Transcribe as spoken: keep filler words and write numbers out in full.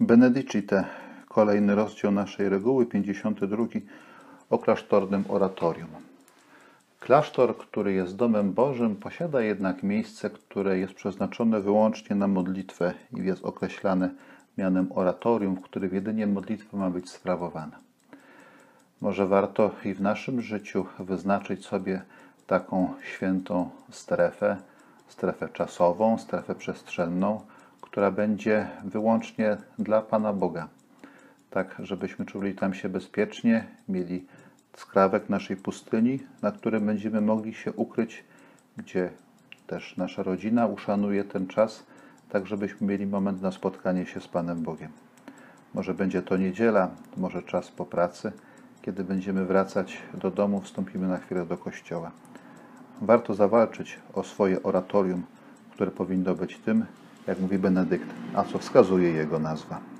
Benedicite, kolejny rozdział naszej reguły, pięćdziesiąty drugi, o klasztornym oratorium. Klasztor, który jest domem Bożym, posiada jednak miejsce, które jest przeznaczone wyłącznie na modlitwę i jest określane mianem oratorium, w którym jedynie modlitwa ma być sprawowana. Może warto i w naszym życiu wyznaczyć sobie taką świętą strefę, strefę czasową, strefę przestrzenną, która będzie wyłącznie dla Pana Boga. Tak, żebyśmy czuli tam się bezpiecznie, mieli skrawek naszej pustyni, na którym będziemy mogli się ukryć, gdzie też nasza rodzina uszanuje ten czas, tak żebyśmy mieli moment na spotkanie się z Panem Bogiem. Może będzie to niedziela, może czas po pracy, kiedy będziemy wracać do domu, wstąpimy na chwilę do kościoła. Warto zawalczyć o swoje oratorium, które powinno być tym, jak mówi Benedykt, a co wskazuje jego nazwa.